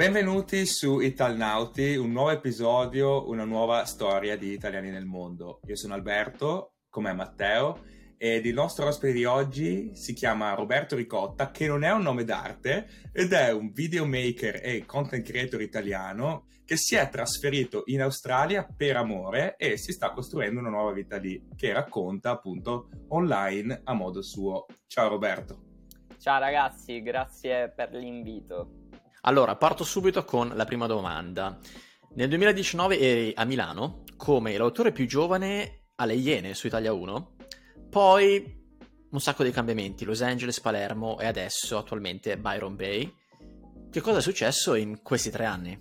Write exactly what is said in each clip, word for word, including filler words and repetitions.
Benvenuti su Italnauti, un nuovo episodio, una nuova storia di italiani nel mondo. Io sono Alberto, come Matteo, ed il nostro ospite di oggi si chiama Roberto Ricotta, che non è un nome d'arte, ed è un videomaker e content creator italiano che si è trasferito in Australia per amore e si sta costruendo una nuova vita lì, che racconta appunto online a modo suo. Ciao Roberto. Ciao ragazzi, grazie per l'invito. Allora, parto subito con la prima domanda. Nel duemiladiciannove eri a Milano come l'autore più giovane alle Iene su Italia uno, poi un sacco di cambiamenti, Los Angeles, Palermo e adesso attualmente Byron Bay. Che cosa è successo in questi tre anni?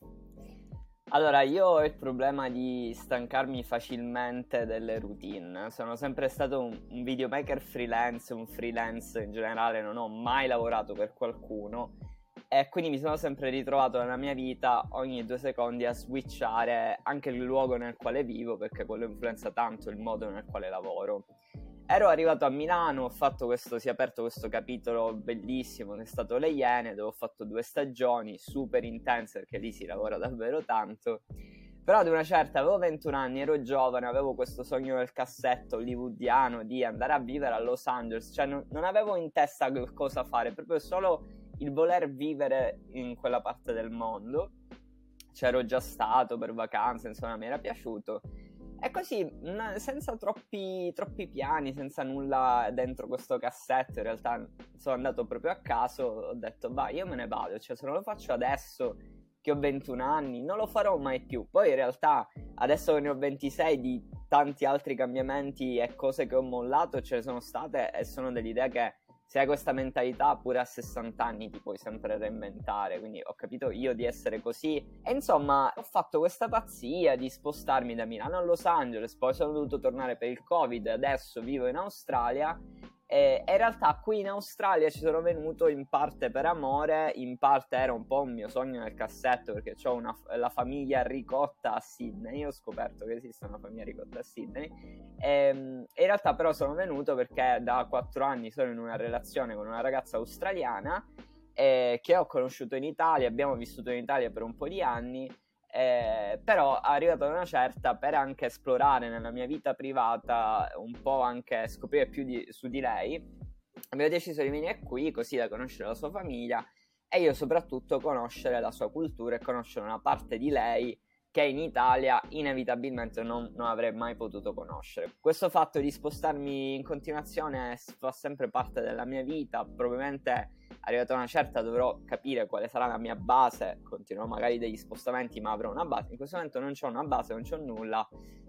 Allora, io ho il problema di stancarmi facilmente delle routine. Sono sempre stato un, un videomaker freelance, un freelance in generale, non ho mai lavorato per qualcuno. E quindi mi sono sempre ritrovato nella mia vita ogni due secondi a switchare anche il luogo nel quale vivo, perché quello influenza tanto il modo nel quale lavoro. Ero arrivato a Milano, ho fatto questo, si è aperto questo capitolo bellissimo che è stato Le Iene, dove ho fatto due stagioni super intense perché lì si lavora davvero tanto. Però ad una certa, avevo ventuno anni, ero giovane, avevo questo sogno del cassetto hollywoodiano di andare a vivere a Los Angeles, cioè non, non avevo in testa cosa fare, proprio solo il voler vivere in quella parte del mondo. C'ero già stato per vacanze, insomma mi era piaciuto. E così, senza troppi, troppi piani, senza nulla dentro questo cassetto, in realtà sono andato proprio a caso, ho detto, bah, io me ne vado, cioè se non lo faccio adesso che ho ventuno anni, non lo farò mai più. Poi in realtà, adesso che ne ho ventisei, di tanti altri cambiamenti e cose che ho mollato ce ne sono state e sono dell'idea che se hai questa mentalità pure a sessanta anni ti puoi sempre reinventare, quindi ho capito io di essere così e insomma ho fatto questa pazzia di spostarmi da Milano a Los Angeles, poi sono dovuto tornare per il Covid, adesso vivo in Australia e in realtà qui in Australia ci sono venuto in parte per amore, in parte era un po' un mio sogno nel cassetto perché ho una, la famiglia Ricotta a Sydney, io ho scoperto che esiste una famiglia Ricotta a Sydney e in realtà però sono venuto perché da quattro anni sono in una relazione con una ragazza australiana eh, che ho conosciuto in Italia, abbiamo vissuto in Italia per un po' di anni. Eh, però arrivato ad una certa, per anche esplorare nella mia vita privata un po' anche scoprire più di, su di lei, abbiamo deciso di venire qui così da conoscere la sua famiglia e io soprattutto conoscere la sua cultura e conoscere una parte di lei che in Italia inevitabilmente non, non avrei mai potuto conoscere. Questo fatto di spostarmi in continuazione fa sempre parte della mia vita, probabilmente arrivata a una certa dovrò capire quale sarà la mia base, continuerò magari degli spostamenti ma avrò una base, in questo momento non c'ho una base, non c'ho nulla,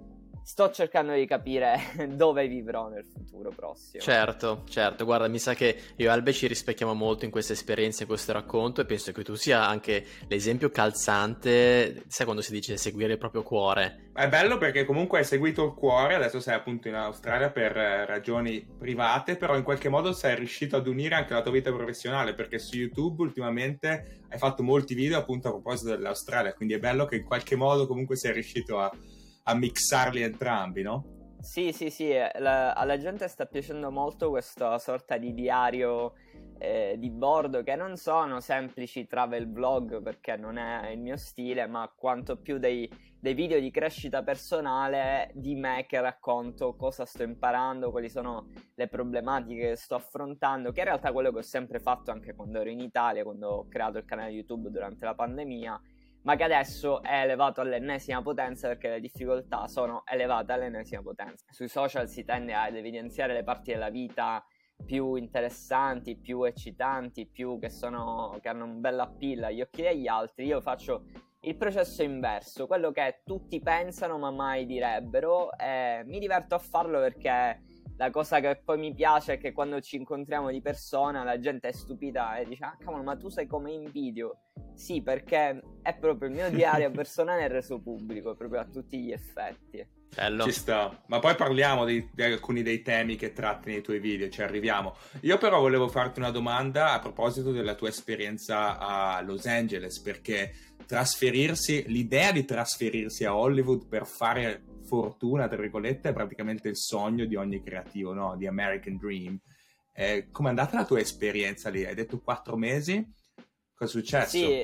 sto cercando di capire dove vivrò nel futuro prossimo. Certo, certo, guarda, mi sa che io e Albe ci rispecchiamo molto in questa esperienza, in questo racconto e penso che tu sia anche l'esempio calzante, sai quando si dice seguire il proprio cuore. È bello perché comunque hai seguito il cuore, adesso sei appunto in Australia per ragioni private, però in qualche modo sei riuscito ad unire anche la tua vita professionale, perché su YouTube ultimamente hai fatto molti video appunto a proposito dell'Australia, quindi è bello che in qualche modo comunque sei riuscito a, a mixarli entrambi, no? Sì, sì, sì, la, alla gente sta piacendo molto questa sorta di diario eh, di bordo, che non sono semplici travel vlog perché non è il mio stile, ma quanto più dei, dei video di crescita personale di me che racconto cosa sto imparando, quali sono le problematiche che sto affrontando, che in realtà è quello che ho sempre fatto anche quando ero in Italia, quando ho creato il canale YouTube durante la pandemia, ma che adesso è elevato all'ennesima potenza perché le difficoltà sono elevate all'ennesima potenza. Sui social si tende ad evidenziare le parti della vita più interessanti, più eccitanti, più che sono che hanno un bel appeal agli occhi degli altri. Io faccio il processo inverso, quello che tutti pensano ma mai direbbero, e mi diverto a farlo perché la cosa che poi mi piace è che quando ci incontriamo di persona la gente è stupita e dice ah cavolo ma tu sei come in video. Sì, perché è proprio il mio diario personale reso pubblico proprio a tutti gli effetti. Bello. Ci sta, ma poi parliamo di, di alcuni dei temi che tratti nei tuoi video, ci arriviamo. Io però volevo farti una domanda a proposito della tua esperienza a Los Angeles, perché trasferirsi, l'idea di trasferirsi a Hollywood per fare fortuna, tra virgolette, è praticamente il sogno di ogni creativo, no? Di American Dream. Eh, com'è andata la tua esperienza lì? Hai detto quattro mesi? Cosa è successo? Sì,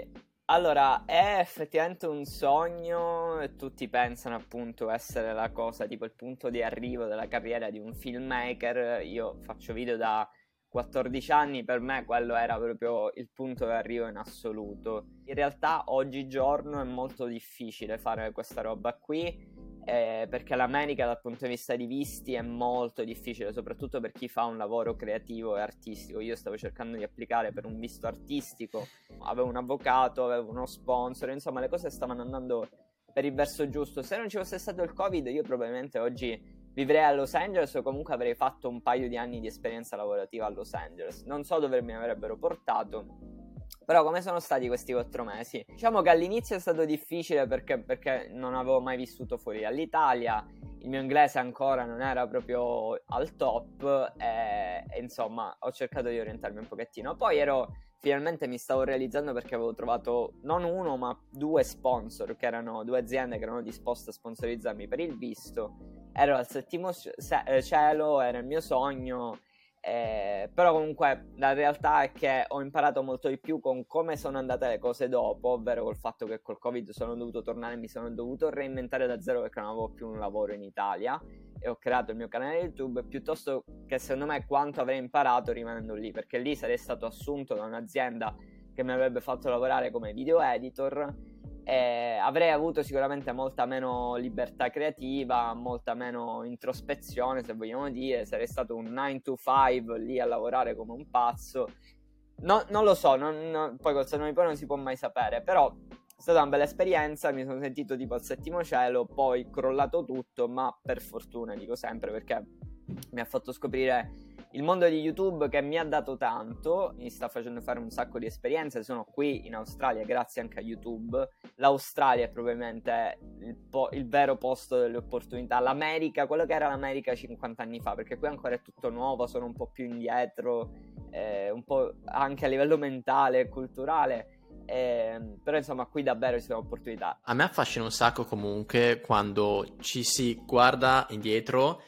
Allora, è effettivamente un sogno e tutti pensano appunto essere la cosa, tipo il punto di arrivo della carriera di un filmmaker. Io faccio video da quattordici anni, per me quello era proprio il punto di arrivo in assoluto. In realtà oggigiorno è molto difficile fare questa roba qui, eh, perché l'America dal punto di vista di visti è molto difficile, soprattutto per chi fa un lavoro creativo e artistico. Io stavo cercando di applicare per un visto artistico, avevo un avvocato, avevo uno sponsor, insomma le cose stavano andando per il verso giusto. Se non ci fosse stato il Covid, io probabilmente oggi vivrei a Los Angeles o comunque avrei fatto un paio di anni di esperienza lavorativa a Los Angeles. Non so dove mi avrebbero portato, però come sono stati questi quattro mesi? Diciamo che all'inizio è stato difficile perché, perché non avevo mai vissuto fuori dall'Italia, il mio inglese ancora non era proprio al top e, e insomma ho cercato di orientarmi un pochettino. Poi ero, finalmente mi stavo realizzando perché avevo trovato non uno ma due sponsor, che erano due aziende che erano disposte a sponsorizzarmi per il visto. Ero al settimo cielo, era il mio sogno. Eh, però comunque la realtà è che ho imparato molto di più con come sono andate le cose dopo, ovvero col fatto che col Covid sono dovuto tornare e mi sono dovuto reinventare da zero perché non avevo più un lavoro in Italia e ho creato il mio canale YouTube, piuttosto che secondo me quanto avrei imparato rimanendo lì, perché lì sarei stato assunto da un'azienda che mi avrebbe fatto lavorare come video editor. Eh, avrei avuto sicuramente molta meno libertà creativa, molta meno introspezione, se vogliamo dire. Sarei stato un nine to five lì a lavorare come un pazzo. No, non lo so, non, non, poi col senno di poi non si può mai sapere, però è stata una bella esperienza, mi sono sentito tipo al settimo cielo, poi crollato tutto, ma per fortuna, dico sempre, perché mi ha fatto scoprire il mondo di YouTube, che mi ha dato tanto, mi sta facendo fare un sacco di esperienze. Sono qui in Australia grazie anche a YouTube. L'Australia è probabilmente il, po- il vero posto delle opportunità, l'America, quello che era l'America cinquanta anni fa, perché qui ancora è tutto nuovo, sono un po' più indietro, eh, un po' anche a livello mentale e culturale. Eh, però insomma qui davvero ci sono opportunità. A me affascina un sacco comunque quando ci si guarda indietro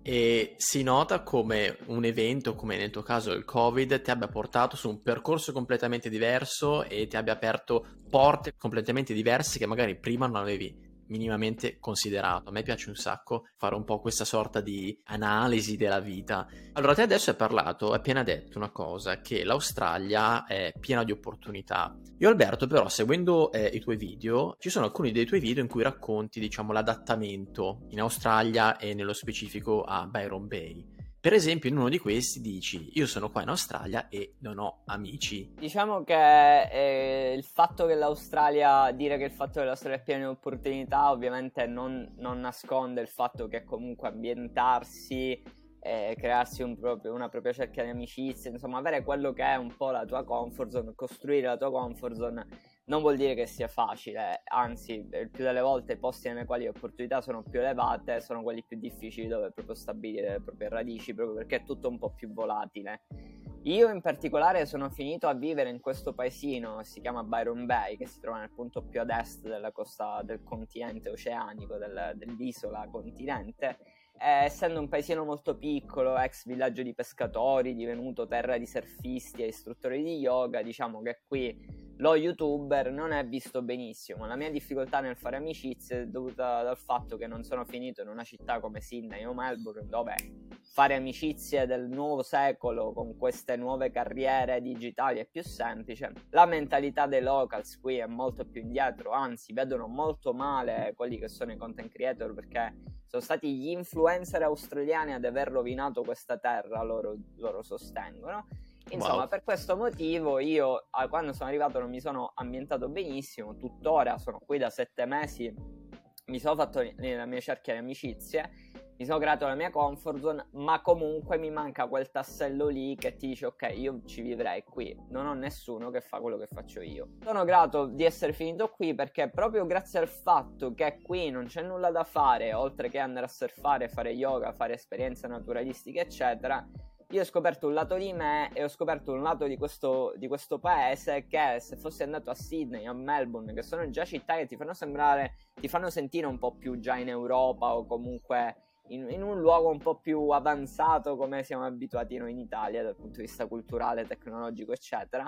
e si nota come un evento, come nel tuo caso il Covid, ti abbia portato su un percorso completamente diverso e ti abbia aperto porte completamente diverse che magari prima non avevi minimamente considerato. A me piace un sacco fare un po' questa sorta di analisi della vita. Allora, te adesso hai parlato, hai appena detto una cosa, che l'Australia è piena di opportunità. Io, Alberto, però, seguendo eh, i tuoi video, ci sono alcuni dei tuoi video in cui racconti, diciamo, l'adattamento in Australia e nello specifico a Byron Bay. Per esempio, in uno di questi dici: io sono qua in Australia e non ho amici. Diciamo che eh, il fatto che l'Australia, dire che il fatto che l'Australia è piena di opportunità ovviamente non, non nasconde il fatto che comunque ambientarsi, eh, crearsi un proprio, una propria cerchia di amicizie, insomma avere quello che è un po' la tua comfort zone, costruire la tua comfort zone, non vuol dire che sia facile, anzi il più delle volte i posti nei quali le opportunità sono più elevate sono quelli più difficili, dove proprio stabilire le proprie radici, proprio perché è tutto un po' più volatile. Io in particolare sono finito a vivere in questo paesino che si chiama Byron Bay, che si trova nel punto più ad est della costa del continente oceanico, del, dell'isola continente. Eh, essendo un paesino molto piccolo, ex villaggio di pescatori, divenuto terra di surfisti e istruttori di yoga, diciamo che qui lo youtuber non è visto benissimo. La mia difficoltà nel fare amicizie è dovuta dal fatto che non sono finito in una città come Sydney o Melbourne, dove fare amicizie del nuovo secolo con queste nuove carriere digitali è più semplice. La mentalità dei locals qui è molto più indietro, anzi vedono molto male quelli che sono i content creator, perché sono stati gli influencer australiani ad aver rovinato questa terra, loro, loro sostengono. Insomma, wow. Per questo motivo io quando sono arrivato non mi sono ambientato benissimo, tuttora sono qui da sette mesi, mi sono fatto la mia cerchia di amicizie, mi sono creato la mia comfort zone, ma comunque mi manca quel tassello lì che ti dice ok, io ci vivrei qui, non ho nessuno che fa quello che faccio io. Sono grato di essere finito qui perché proprio grazie al fatto che qui non c'è nulla da fare oltre che andare a surfare, fare yoga, fare esperienze naturalistiche eccetera, io ho scoperto un lato di me e ho scoperto un lato di questo, di questo paese che se fossi andato a Sydney, a Melbourne, che sono già città che ti fanno sembrare, ti fanno sentire un po' più già in Europa o comunque in, in un luogo un po' più avanzato come siamo abituati noi in Italia dal punto di vista culturale, tecnologico eccetera,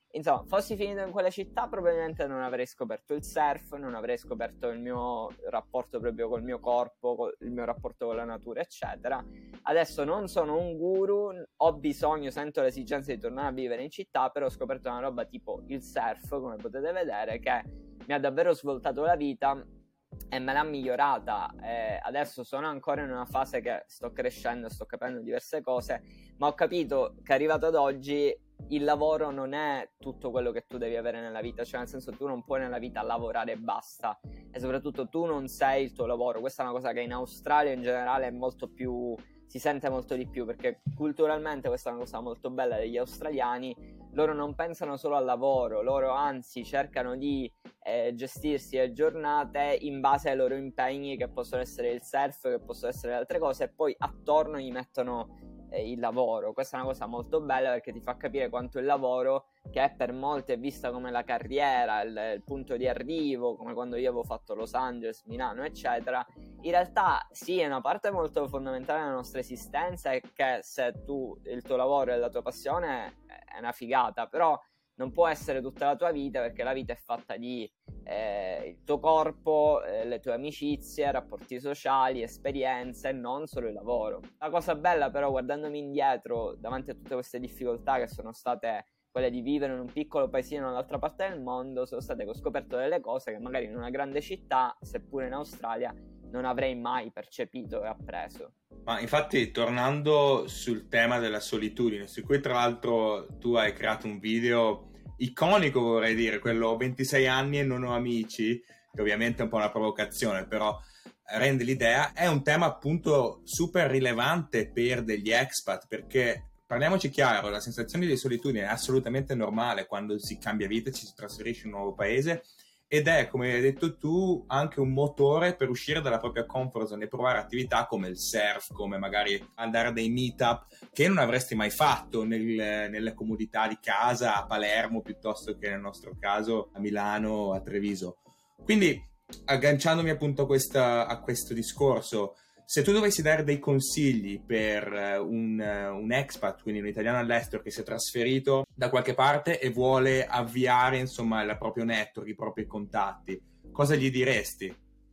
insomma, fossi finito in quella città probabilmente non avrei scoperto il surf, non avrei scoperto il mio rapporto proprio col mio corpo, col, il mio rapporto con la natura, eccetera. Adesso non sono un guru, ho bisogno, sento l'esigenza di tornare a vivere in città, però ho scoperto una roba tipo il surf, come potete vedere, che mi ha davvero svoltato la vita e me l'ha migliorata. Eh, adesso sono ancora in una fase che sto crescendo, sto capendo diverse cose, ma ho capito che arrivato ad oggi il lavoro non è tutto quello che tu devi avere nella vita, cioè nel senso tu non puoi nella vita lavorare e basta, e soprattutto tu non sei il tuo lavoro. Questa è una cosa che in Australia in generale è molto più, si sente molto di più, perché culturalmente questa è una cosa molto bella degli australiani, loro non pensano solo al lavoro, loro anzi cercano di eh, gestirsi le giornate in base ai loro impegni, che possono essere il surf, che possono essere altre cose, e poi attorno gli mettono eh, il lavoro. Questa è una cosa molto bella, perché ti fa capire quanto il lavoro, che è per molti è vista come la carriera, il, il punto di arrivo, come quando io avevo fatto Los Angeles, Milano, eccetera, in realtà sì, è una parte molto fondamentale della nostra esistenza, e che se tu, il tuo lavoro e la tua passione è una figata, però non può essere tutta la tua vita, perché la vita è fatta di eh, il tuo corpo, eh, le tue amicizie, rapporti sociali, esperienze, non solo il lavoro. La cosa bella però, guardandomi indietro davanti a tutte queste difficoltà che sono state quelle di vivere in un piccolo paesino dall'altra parte del mondo, sono state che ho scoperto delle cose che magari in una grande città, seppure in Australia, non avrei mai percepito e appreso. Ma infatti, tornando sul tema della solitudine, su cui tra l'altro tu hai creato un video iconico, vorrei dire, quello ventisei anni e non ho amici, che ovviamente è un po' una provocazione, però rende l'idea, è un tema appunto super rilevante per degli expat, perché parliamoci chiaro, la sensazione di solitudine è assolutamente normale quando si cambia vita e ci si trasferisce in un nuovo paese, ed è, come hai detto tu, anche un motore per uscire dalla propria comfort zone e provare attività come il surf, come magari andare a dei meetup che non avresti mai fatto nel, nelle comodità di casa a Palermo, piuttosto che nel nostro caso a Milano o a Treviso. Quindi, agganciandomi appunto a, questa, a questo discorso, se tu dovessi dare dei consigli per un, un expat, quindi un italiano all'estero che si è trasferito da qualche parte e vuole avviare insomma il proprio network, i propri contatti, cosa gli diresti?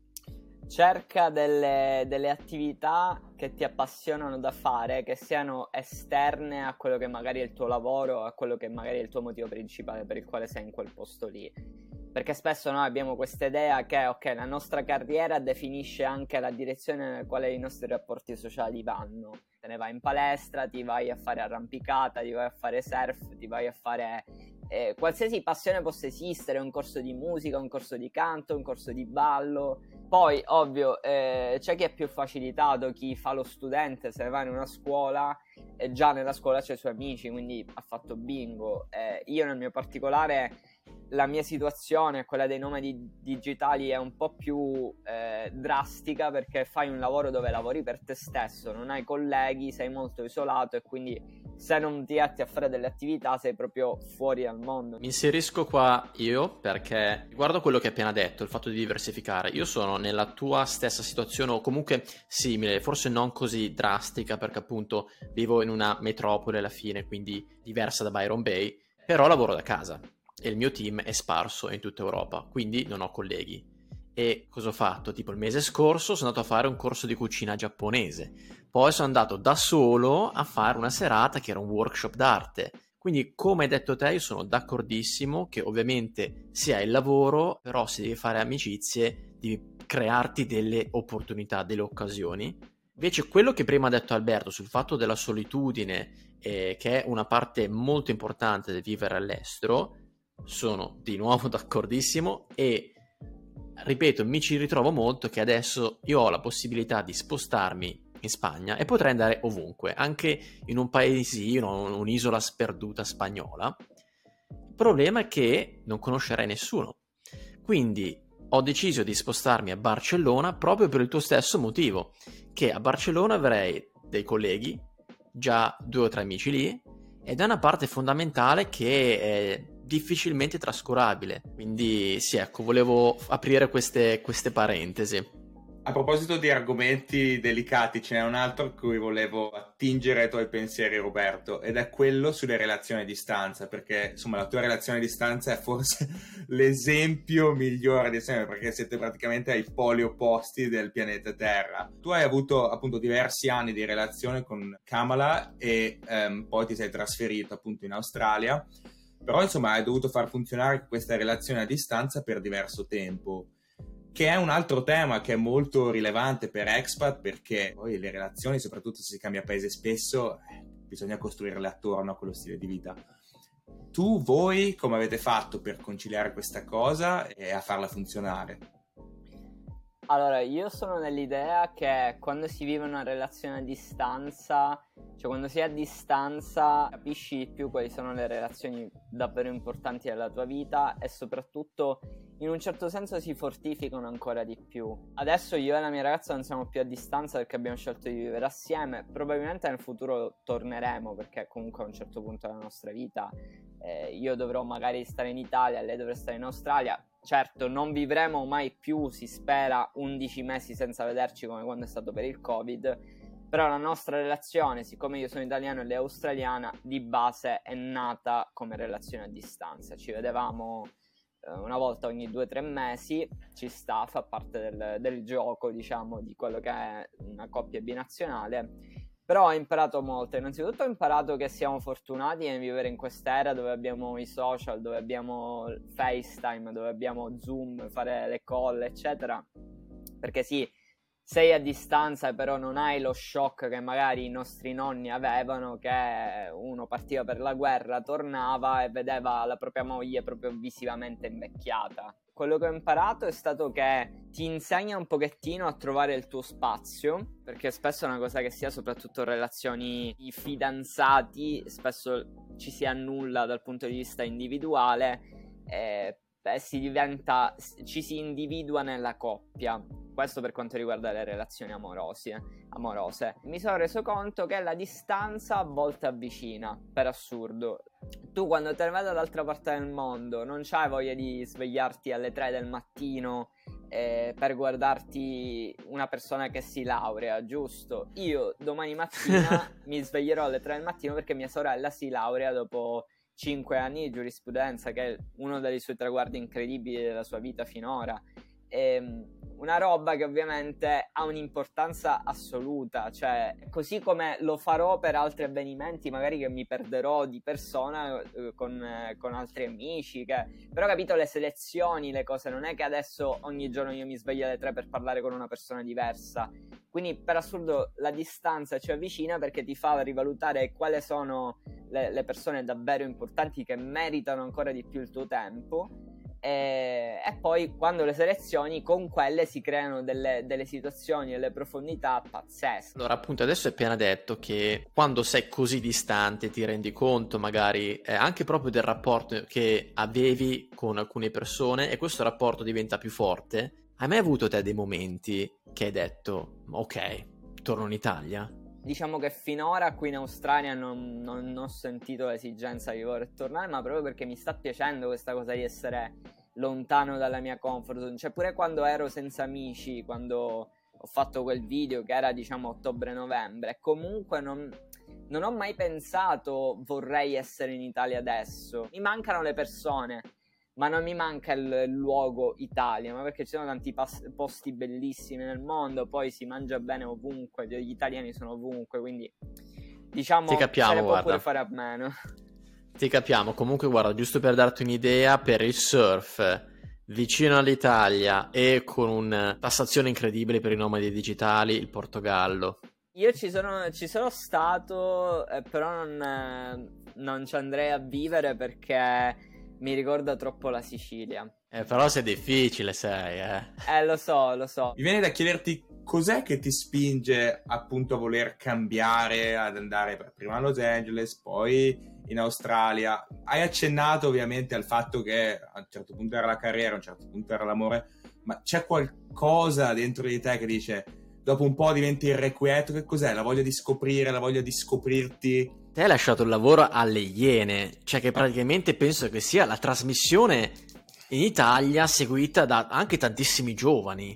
Cerca delle, delle attività che ti appassionano da fare, che siano esterne a quello che magari è il tuo lavoro, a quello che magari è il tuo motivo principale per il quale sei in quel posto lì. Perché spesso noi abbiamo questa idea che, ok, la nostra carriera definisce anche la direzione nella quale i nostri rapporti sociali vanno. Te ne vai in palestra, ti vai a fare arrampicata, ti vai a fare surf, ti vai a fare eh, qualsiasi passione possa esistere, un corso di musica, un corso di canto, un corso di ballo. Poi, ovvio, eh, c'è chi è più facilitato, chi fa lo studente, se ne va in una scuola e già nella scuola c'è i suoi amici, quindi ha fatto bingo. Eh, io nel mio particolare, la mia situazione, quella dei nomadi digitali, è un po' più eh, drastica, perché fai un lavoro dove lavori per te stesso, non hai colleghi, sei molto isolato, e quindi se non ti atti a fare delle attività sei proprio fuori dal mondo. Mi inserisco qua io perché riguardo quello che hai appena detto, il fatto di diversificare, io sono nella tua stessa situazione, o comunque simile, forse non così drastica, perché appunto vivo in una metropoli alla fine, quindi diversa da Byron Bay, però lavoro da casa e il mio team è sparso in tutta Europa, quindi non ho colleghi. E cosa ho fatto? Tipo il mese scorso sono andato a fare un corso di cucina giapponese, poi sono andato da solo a fare una serata che era un workshop d'arte. Quindi, come hai detto te, io sono d'accordissimo che ovviamente si ha il lavoro, però se devi fare amicizie devi crearti delle opportunità, delle occasioni. Invece quello che prima ha detto Alberto sul fatto della solitudine, eh, che è una parte molto importante del vivere all'estero, sono di nuovo d'accordissimo, e ripeto, mi ci ritrovo molto che adesso io ho la possibilità di spostarmi in Spagna e potrei andare ovunque, anche in un paesino, un'isola sperduta spagnola. Il problema è che non conoscerei nessuno, quindi ho deciso di spostarmi a Barcellona proprio per il tuo stesso motivo, che a Barcellona avrei dei colleghi, già due o tre amici lì, ed è una parte fondamentale che è difficilmente trascurabile. Quindi sì, ecco, volevo aprire queste, queste parentesi. A proposito di argomenti delicati, ce n'è un altro a cui volevo attingere ai tuoi pensieri, Roberto, ed è quello sulle relazioni a distanza, perché insomma la tua relazione a distanza è forse l'esempio migliore di sempre, perché siete praticamente ai poli opposti del pianeta Terra. Tu hai avuto appunto diversi anni di relazione con Kamala e ehm, poi ti sei trasferito appunto in Australia, però insomma hai dovuto far funzionare questa relazione a distanza per diverso tempo, che è un altro tema che è molto rilevante per expat, perché poi le relazioni, soprattutto se si cambia paese spesso, eh, bisogna costruirle attorno a quello stile di vita. Tu, voi, come avete fatto per conciliare questa cosa e a farla funzionare? Allora, io sono nell'idea che quando si vive una relazione a distanza, cioè quando si è a distanza, capisci di più quali sono le relazioni davvero importanti della tua vita e soprattutto in un certo senso si fortificano ancora di più. Adesso io e la mia ragazza non siamo più a distanza perché abbiamo scelto di vivere assieme, probabilmente nel futuro torneremo perché comunque a un certo punto della nostra vita eh, io dovrò magari stare in Italia, lei dovrà stare in Australia. Certo, non vivremo mai più, si spera, undici mesi senza vederci come quando è stato per il Covid, però la nostra relazione, siccome io sono italiano e lei è australiana, di base è nata come relazione a distanza. Ci vedevamo eh, una volta ogni due o tre mesi, ci sta, fa parte del, del gioco, diciamo, di quello che è una coppia binazionale. Però ho imparato molto. Innanzitutto ho imparato che siamo fortunati nel vivere in quest'era dove abbiamo i social, dove abbiamo FaceTime, dove abbiamo Zoom, fare le call, eccetera. Perché sì, sei a distanza, però non hai lo shock che magari i nostri nonni avevano, che uno partiva per la guerra, tornava e vedeva la propria moglie proprio visivamente invecchiata. Quello che ho imparato è stato che ti insegna un pochettino a trovare il tuo spazio, perché spesso è una cosa che si ha soprattutto in relazioni di fidanzati, spesso ci si annulla dal punto di vista individuale e beh, si diventa, ci si individua nella coppia. Questo per quanto riguarda le relazioni amorose. amorose. Mi sono reso conto che la distanza a volte avvicina, per assurdo. Tu quando te ne vai dall'altra parte del mondo non c'hai voglia di svegliarti alle tre del mattino eh, per guardarti una persona che si laurea, giusto? Io domani mattina mi sveglierò alle tre del mattino perché mia sorella si laurea dopo cinque anni di giurisprudenza, che è uno dei suoi traguardi incredibili della sua vita finora. E, una roba che ovviamente ha un'importanza assoluta, cioè così come lo farò per altri avvenimenti magari che mi perderò di persona eh, con, eh, con altri amici, che... però capito, le selezioni, le cose, non è che adesso ogni giorno io mi sveglio alle tre per parlare con una persona diversa, quindi per assurdo la distanza ci avvicina perché ti fa rivalutare quali sono le, le persone davvero importanti che meritano ancora di più il tuo tempo. E, e poi quando le selezioni, con quelle si creano delle, delle situazioni e delle profondità pazzesche. Allora appunto adesso hai appena detto che quando sei così distante ti rendi conto magari eh, anche proprio del rapporto che avevi con alcune persone e questo rapporto diventa più forte. Hai mai avuto te dei momenti che hai detto ok, torno in Italia? Diciamo che finora qui in Australia non, non, non ho sentito l'esigenza di voler tornare, ma proprio perché mi sta piacendo questa cosa di essere lontano dalla mia comfort zone. Cioè pure quando ero senza amici, quando ho fatto quel video che era diciamo ottobre-novembre, comunque non, non ho mai pensato vorrei essere in Italia adesso. Mi mancano le persone, ma non mi manca il, il luogo Italia, ma perché ci sono tanti pas- posti bellissimi nel mondo, poi si mangia bene ovunque, gli italiani sono ovunque, quindi diciamo Ti capiamo, se ne può guarda. pure fare a meno. Ti capiamo, comunque guarda, giusto per darti un'idea, per il surf vicino all'Italia e con una tassazione incredibile per i nomadi digitali, il Portogallo. Io ci sono, ci sono stato, eh, però non, eh, non ci andrei a vivere perché mi ricorda troppo la Sicilia. Eh, però sei difficile, sei, eh. Eh, lo so, lo so. Mi viene da chiederti cos'è che ti spinge appunto a voler cambiare, ad andare prima a Los Angeles, poi in Australia. Hai accennato ovviamente al fatto che a un certo punto era la carriera, a un certo punto era l'amore, ma c'è qualcosa dentro di te che dice dopo un po' diventi irrequieto? Che cos'è? La voglia di scoprire, la voglia di scoprirti? Te hai lasciato il lavoro alle Iene, cioè che praticamente penso che sia la trasmissione in Italia seguita da anche tantissimi giovani.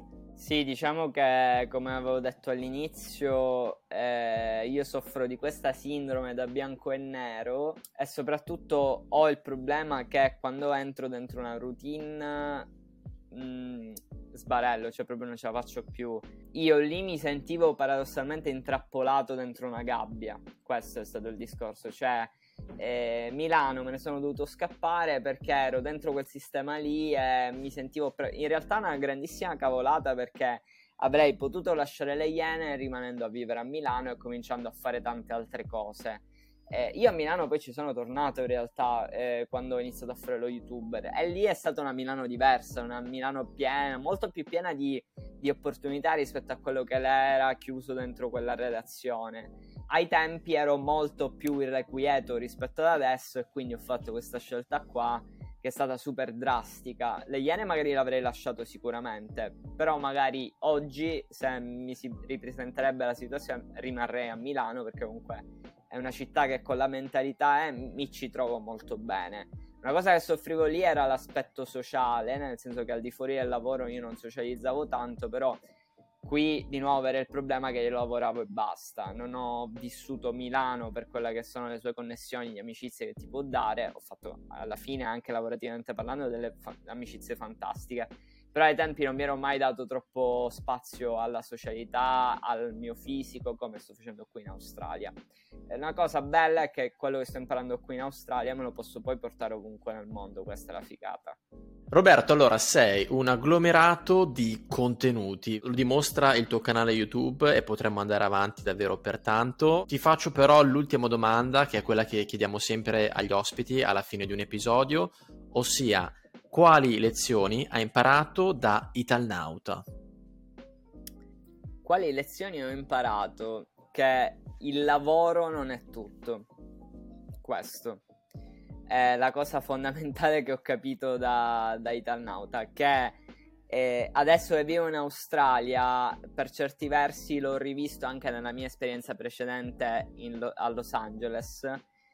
Sì, diciamo che come avevo detto all'inizio, eh, io soffro di questa sindrome da bianco e nero e soprattutto ho il problema che quando entro dentro una routine mh, sbarello, cioè proprio non ce la faccio più. Io lì mi sentivo paradossalmente intrappolato dentro una gabbia, questo è stato il discorso, cioè eh, Milano me ne sono dovuto scappare perché ero dentro quel sistema lì e mi sentivo pre- in realtà una grandissima cavolata, perché avrei potuto lasciare le Iene rimanendo a vivere a Milano e cominciando a fare tante altre cose. Eh, io a Milano poi ci sono tornato in realtà eh, quando ho iniziato a fare lo youtuber, e lì è stata una Milano diversa, una Milano piena, molto più piena di, di opportunità rispetto a quello che l'era chiuso dentro quella redazione. Ai tempi ero molto più irrequieto rispetto ad adesso e quindi ho fatto questa scelta qua che è stata super drastica. Le Iene magari l'avrei lasciato sicuramente, però magari oggi, se mi si ripresenterebbe la situazione, rimarrei a Milano, perché comunque è una città che con la mentalità è, mi ci trovo molto bene. Una cosa che soffrivo lì era l'aspetto sociale, nel senso che al di fuori del lavoro io non socializzavo tanto, però qui di nuovo era il problema che io lavoravo e basta. Non ho vissuto Milano per quella che sono le sue connessioni, le amicizie che ti può dare. Ho fatto alla fine, anche lavorativamente parlando, delle fa- amicizie fantastiche, però ai tempi non mi ero mai dato troppo spazio alla socialità, al mio fisico, come sto facendo qui in Australia. E una cosa bella è che quello che sto imparando qui in Australia me lo posso poi portare ovunque nel mondo, questa è la figata. Roberto, allora sei un agglomerato di contenuti, lo dimostra il tuo canale YouTube e potremmo andare avanti davvero per tanto. Ti faccio però l'ultima domanda, che è quella che chiediamo sempre agli ospiti alla fine di un episodio, ossia: quali lezioni hai imparato da Italnauta? Quali lezioni ho imparato? Che il lavoro non è tutto. Questo è la cosa fondamentale che ho capito da, da Italnauta, che eh, adesso che vivo in Australia, per certi versi l'ho rivisto anche nella mia esperienza precedente in Lo- a Los Angeles.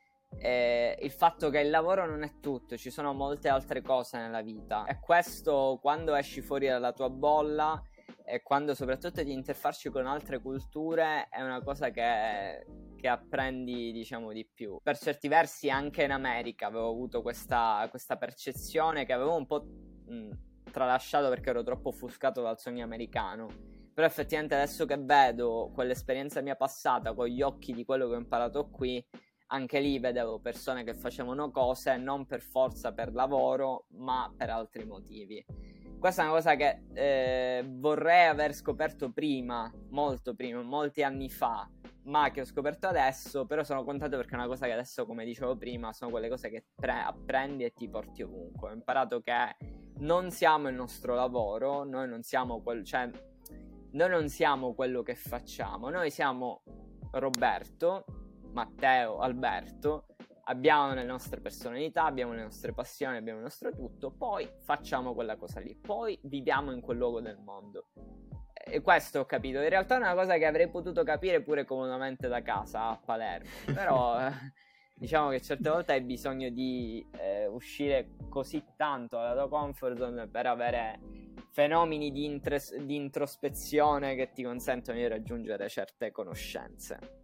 Eh, il fatto che il lavoro non è tutto, ci sono molte altre cose nella vita, e questo, quando esci fuori dalla tua bolla e quando soprattutto ti interfacci con altre culture, è una cosa che, che apprendi, diciamo, di più. Per certi versi anche in America avevo avuto questa, questa percezione che avevo un po' mh, tralasciato perché ero troppo offuscato dal sogno americano. Però effettivamente adesso che vedo quell'esperienza mia passata con gli occhi di quello che ho imparato qui, anche lì vedevo persone che facevano cose non per forza per lavoro, ma per altri motivi. Questa è una cosa che eh, vorrei aver scoperto prima, molto prima, molti anni fa, ma che ho scoperto adesso. Però sono contento perché è una cosa che adesso, come dicevo prima, sono quelle cose che pre- apprendi e ti porti ovunque. Ho imparato che non siamo il nostro lavoro, noi non siamo quel, cioè, noi non siamo quello che facciamo, noi siamo Roberto, Matteo, Alberto, abbiamo le nostre personalità, abbiamo le nostre passioni, abbiamo il nostro tutto, poi facciamo quella cosa lì, poi viviamo in quel luogo del mondo. E questo ho capito. In realtà è una cosa che avrei potuto capire pure comodamente da casa a Palermo, però diciamo che certe volte hai bisogno di eh, uscire così tanto dalla tua comfort zone per avere fenomeni di, intres- di introspezione che ti consentono di raggiungere certe conoscenze.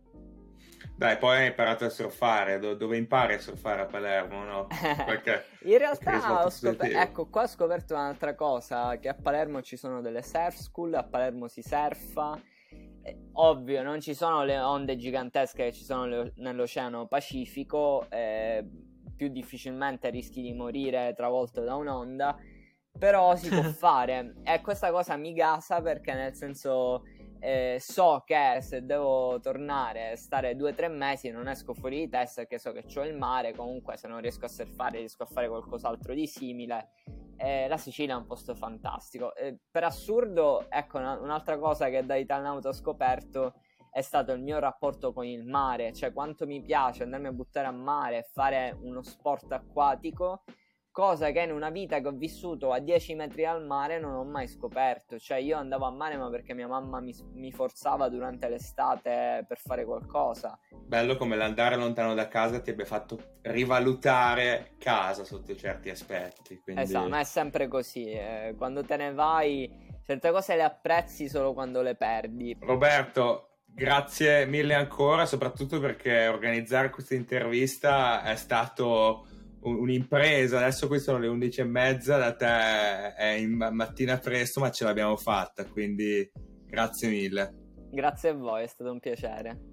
Dai, poi hai imparato a surfare, Do- dove impari a surfare a Palermo, no? Perché in realtà ho scoperto, ecco, qua ho scoperto un'altra cosa, che a Palermo ci sono delle surf school, a Palermo si surfa. Eh, ovvio, non ci sono le onde gigantesche che ci sono le- nell'Oceano Pacifico, eh, più difficilmente rischi di morire travolto da un'onda, però si può fare, e questa cosa mi gasa perché nel senso... Eh, so che se devo tornare, stare due o tre mesi, non esco fuori di testa perché so che c'ho il mare. Comunque se non riesco a surfare riesco a fare qualcos'altro di simile. Eh, la Sicilia è un posto fantastico. Eh, per assurdo, ecco, una, un'altra cosa che da Italnauta ho scoperto è stato il mio rapporto con il mare, cioè quanto mi piace andarmi a buttare a mare e fare uno sport acquatico, cosa che in una vita che ho vissuto a dieci metri dal mare non ho mai scoperto. Cioè io andavo a mare ma perché mia mamma mi, mi forzava durante l'estate per fare qualcosa. Bello come l'andare lontano da casa ti abbia fatto rivalutare casa sotto certi aspetti, quindi... Esatto, ma è sempre così, eh, quando te ne vai certe cose le apprezzi solo quando le perdi. Roberto, grazie mille ancora, soprattutto perché organizzare questa intervista è stato un'impresa. Adesso qui sono le undici e mezza, da te è in mattina presto, ma ce l'abbiamo fatta, quindi grazie mille. Grazie a voi, è stato un piacere.